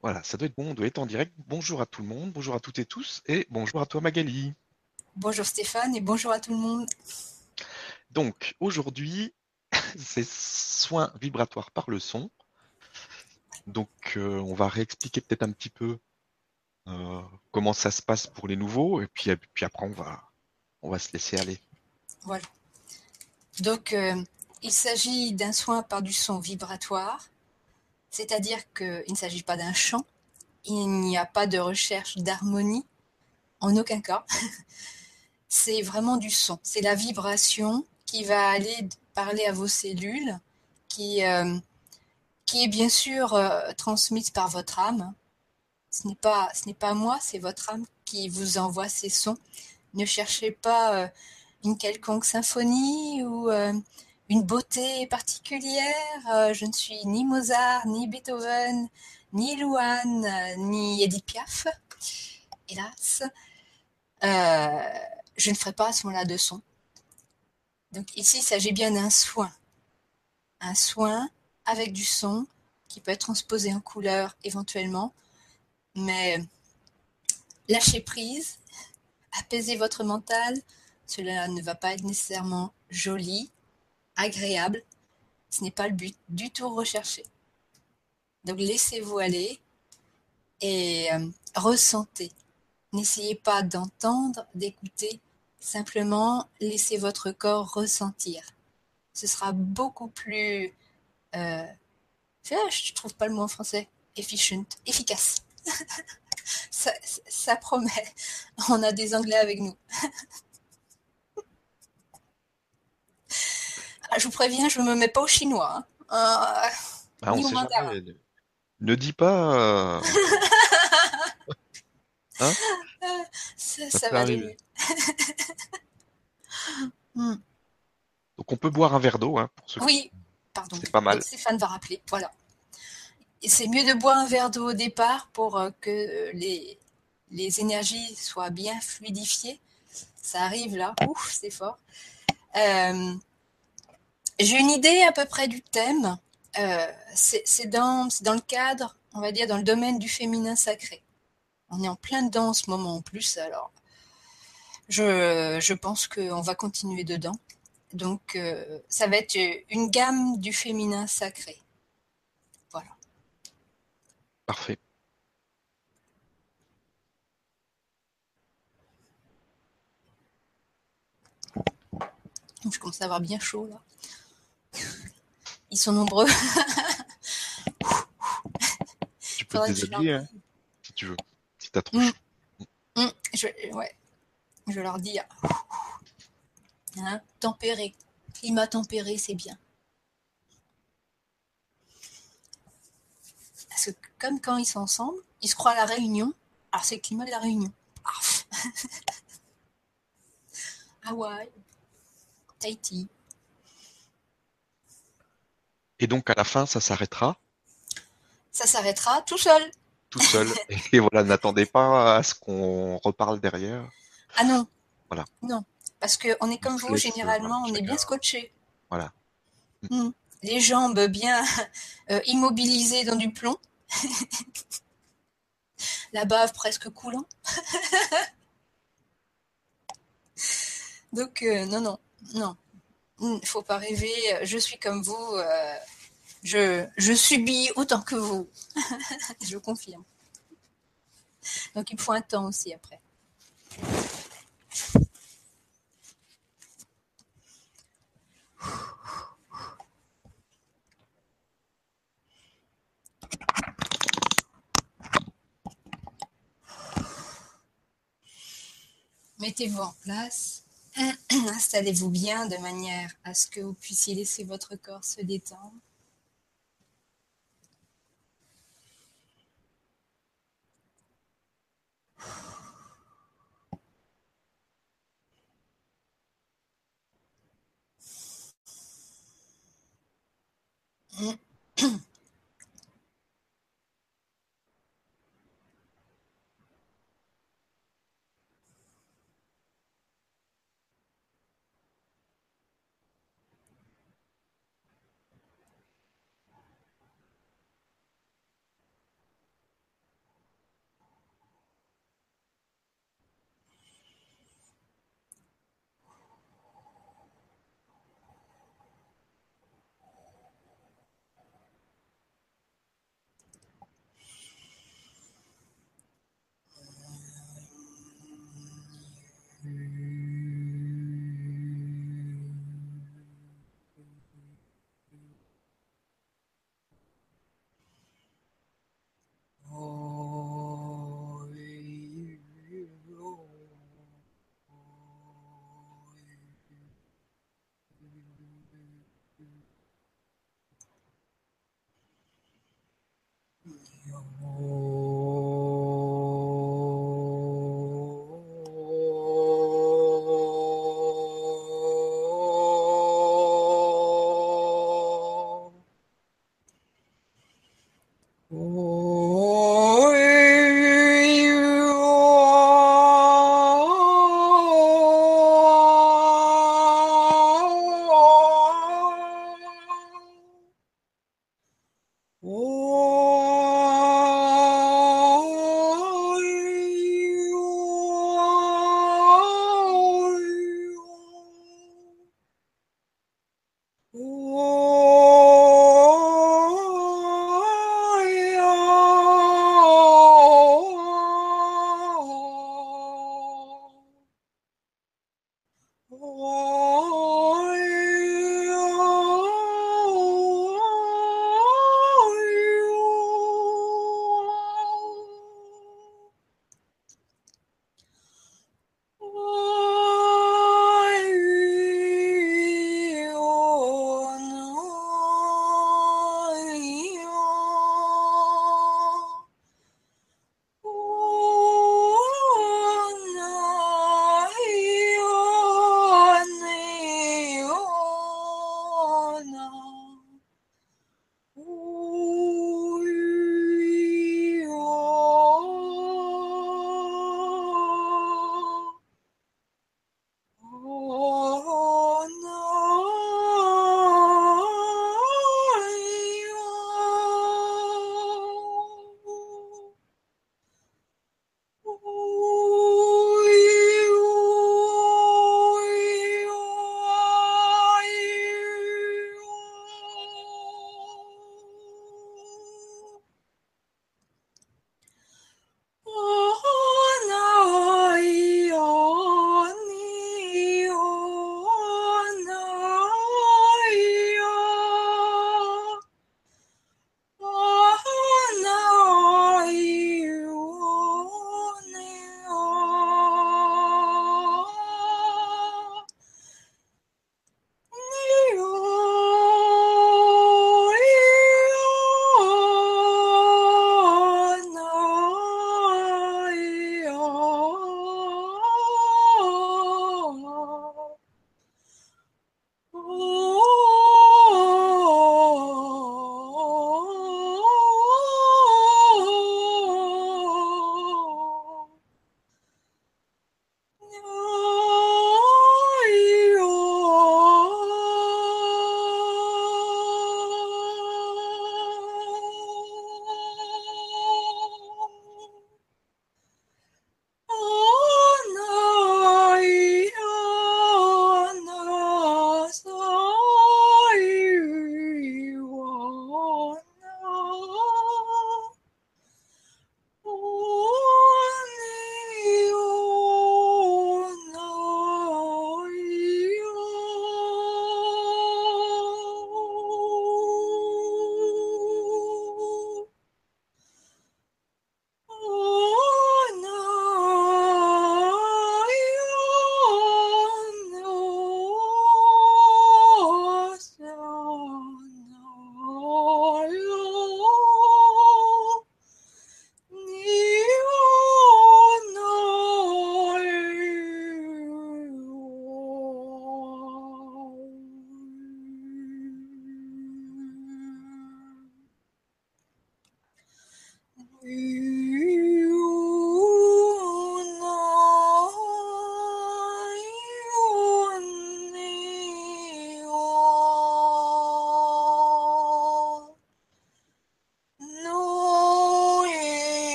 Voilà, ça doit être bon, on doit être en direct. Bonjour à tout le monde, bonjour à toutes et tous, et bonjour à toi Magali. Bonjour Stéphane et bonjour à tout le monde. Donc, aujourd'hui, c'est soins vibratoires par le son. Donc, on va réexpliquer peut-être un petit peu euh, comment ça se passe pour les nouveaux, et puis après, on va se laisser aller. Voilà. Donc, il s'agit d'un soin par du son vibratoire, c'est-à-dire qu'il ne s'agit pas d'un chant, il n'y a pas de recherche d'harmonie, en aucun cas. C'est vraiment du son. C'est la vibration qui va aller parler à vos cellules, qui, euh, qui est bien sûr transmise par votre âme. Ce n'est pas moi, c'est votre âme qui vous envoie ces sons. Ne cherchez pas une quelconque symphonie ou une beauté particulière. Je ne suis ni Mozart, ni Beethoven, ni Louane, ni Edith Piaf, hélas. Euh, je ne ferai pas à ce moment-là de son. Donc ici, il s'agit bien d'un soin. Un soin avec du son qui peut être transposé en couleur éventuellement, mais lâchez prise, apaisez votre mental. Cela ne va pas être nécessairement joli, agréable. Ce n'est pas le but du tout recherché. Donc laissez-vous aller et ressentez. N'essayez pas d'entendre, d'écouter. Simplement, laissez votre corps ressentir. Ce sera beaucoup plus... Euh, je trouve pas le mot en français. Efficient. Efficace. Ça promet. On a des Anglais avec nous. Ah, je vous préviens, je ne me mets pas au chinois. Ah, on Ni au sait mandarin. jamais. Ne dis pas, hein, Ça, ça ça peut va aller arriver. mieux. Hmm. Donc, on peut boire un verre d'eau, hein, pour ceux qui... Oui, pardon. C'est pas Donc mal. Stéphane va rappeler. Voilà. Et c'est mieux de boire un verre d'eau au départ pour que les énergies soient bien fluidifiées. Ça arrive là, ouf, c'est fort. Euh, j'ai une idée à peu près du thème. C'est dans le cadre, on va dire, dans le domaine du féminin sacré. On est en plein dedans en ce moment en plus, alors je pense qu'on va continuer dedans. Donc ça va être une gamme du féminin sacré. Voilà. Parfait. Donc je commence à avoir bien chaud là. Ils sont nombreux. Tu peux te Faudrait que je leur déshabiller, hein, dise. si tu veux, si t'as trop Hum, chaud. ouais, je vais leur dire. Hein, tempéré. Climat tempéré, c'est bien. Parce que comme quand ils sont ensemble, ils se croient à la Réunion. Alors c'est le climat de la Réunion. Paf. Hawaï, Tahiti. Et donc, à la fin, ça s'arrêtera Ça s'arrêtera tout seul. tout seul. Et voilà, n'attendez pas à ce qu'on reparle derrière. Ah non, Voilà, non. Parce qu'on est on comme se vous, laisse, voilà, généralement, on est chacun, bien scotché. voilà. Mm. Les jambes bien immobilisées dans du plomb, la bave presque coulant. Donc non, non, non. Faut pas rêver. Je suis comme vous. Je subis autant que vous. Je confirme. Donc il me faut un temps aussi après. Mettez-vous en place. Installez-vous bien de manière à ce que vous puissiez laisser votre corps se détendre.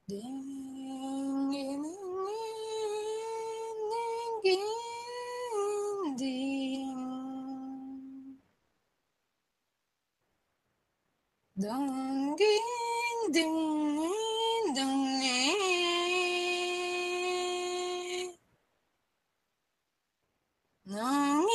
Ding, ding, ding, ding, ding. Dong, ding, ding, dong, dong,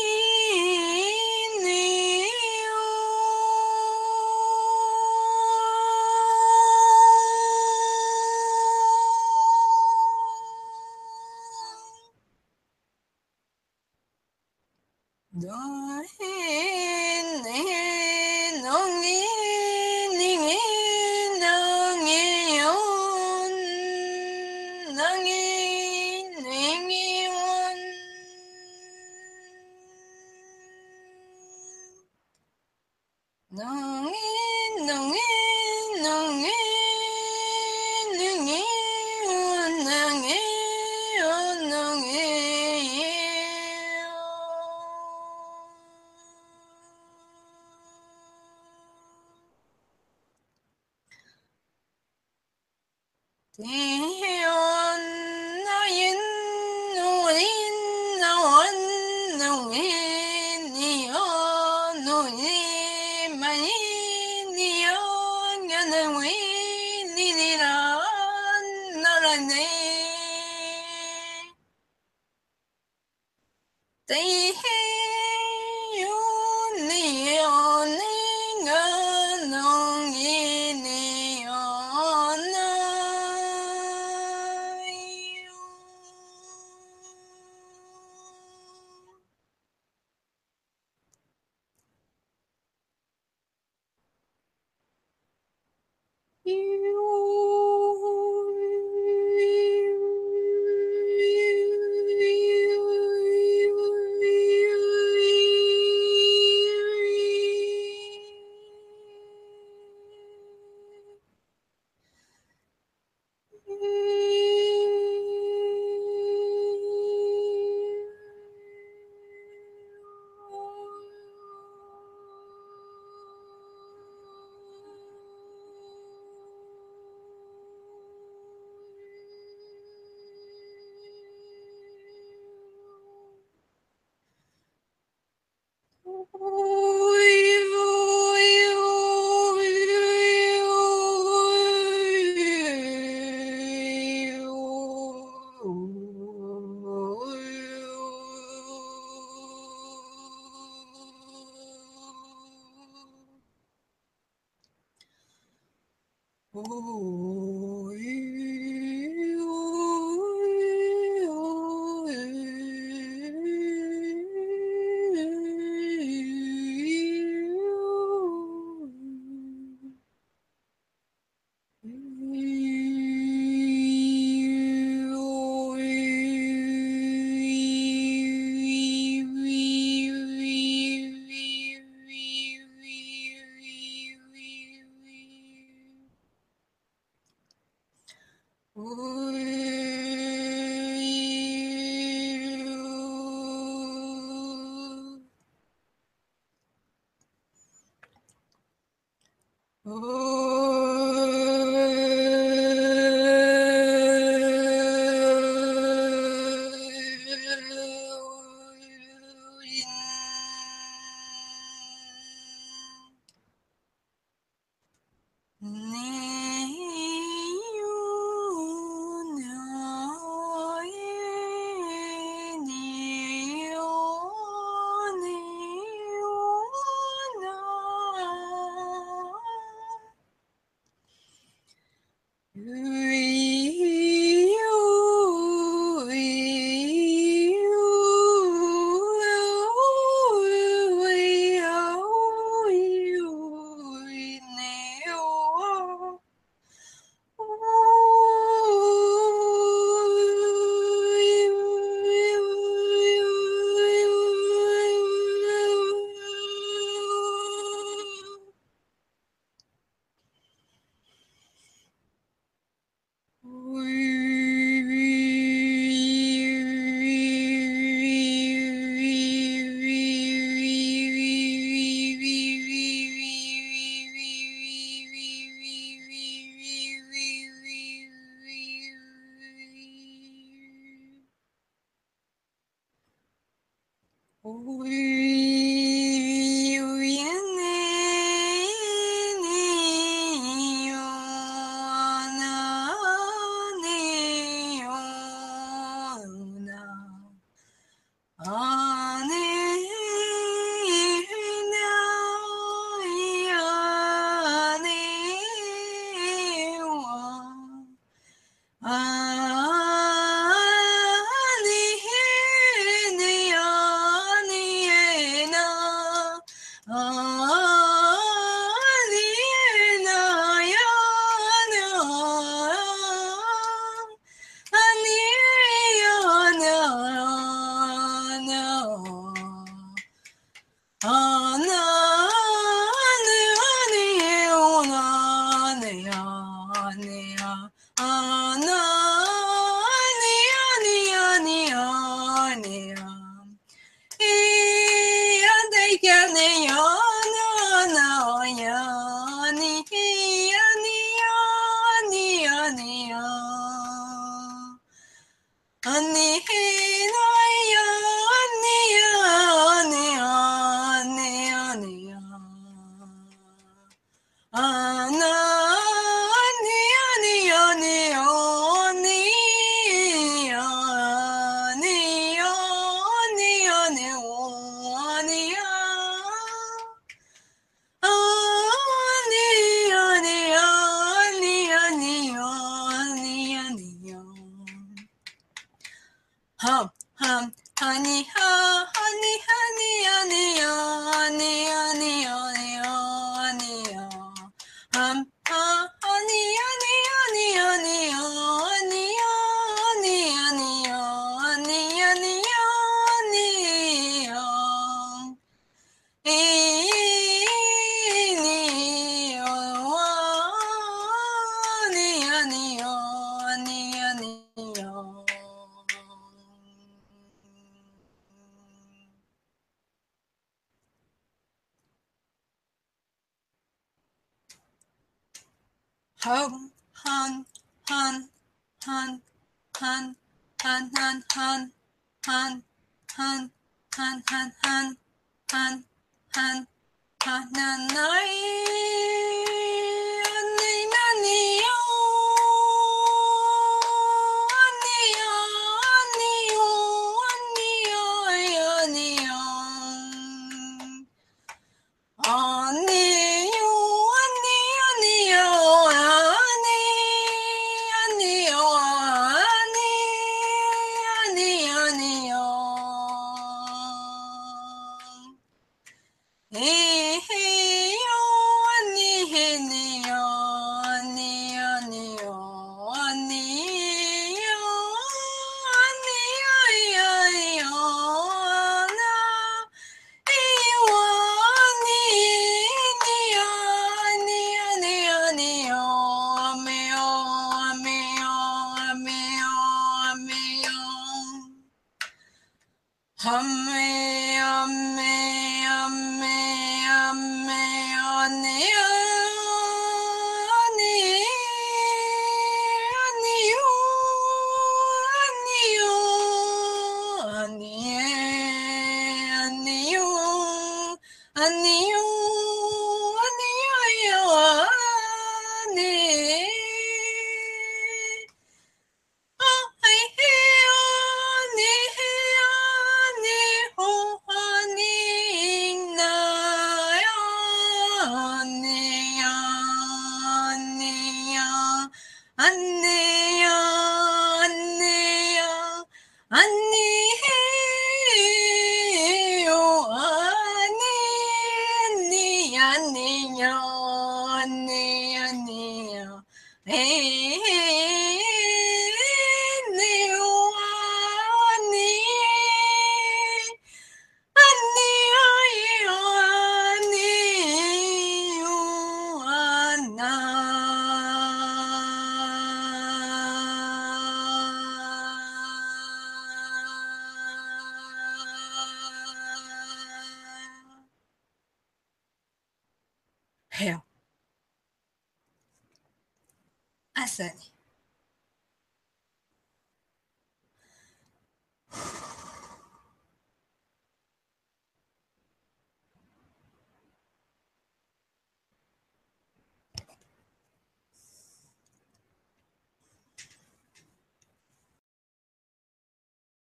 Asani.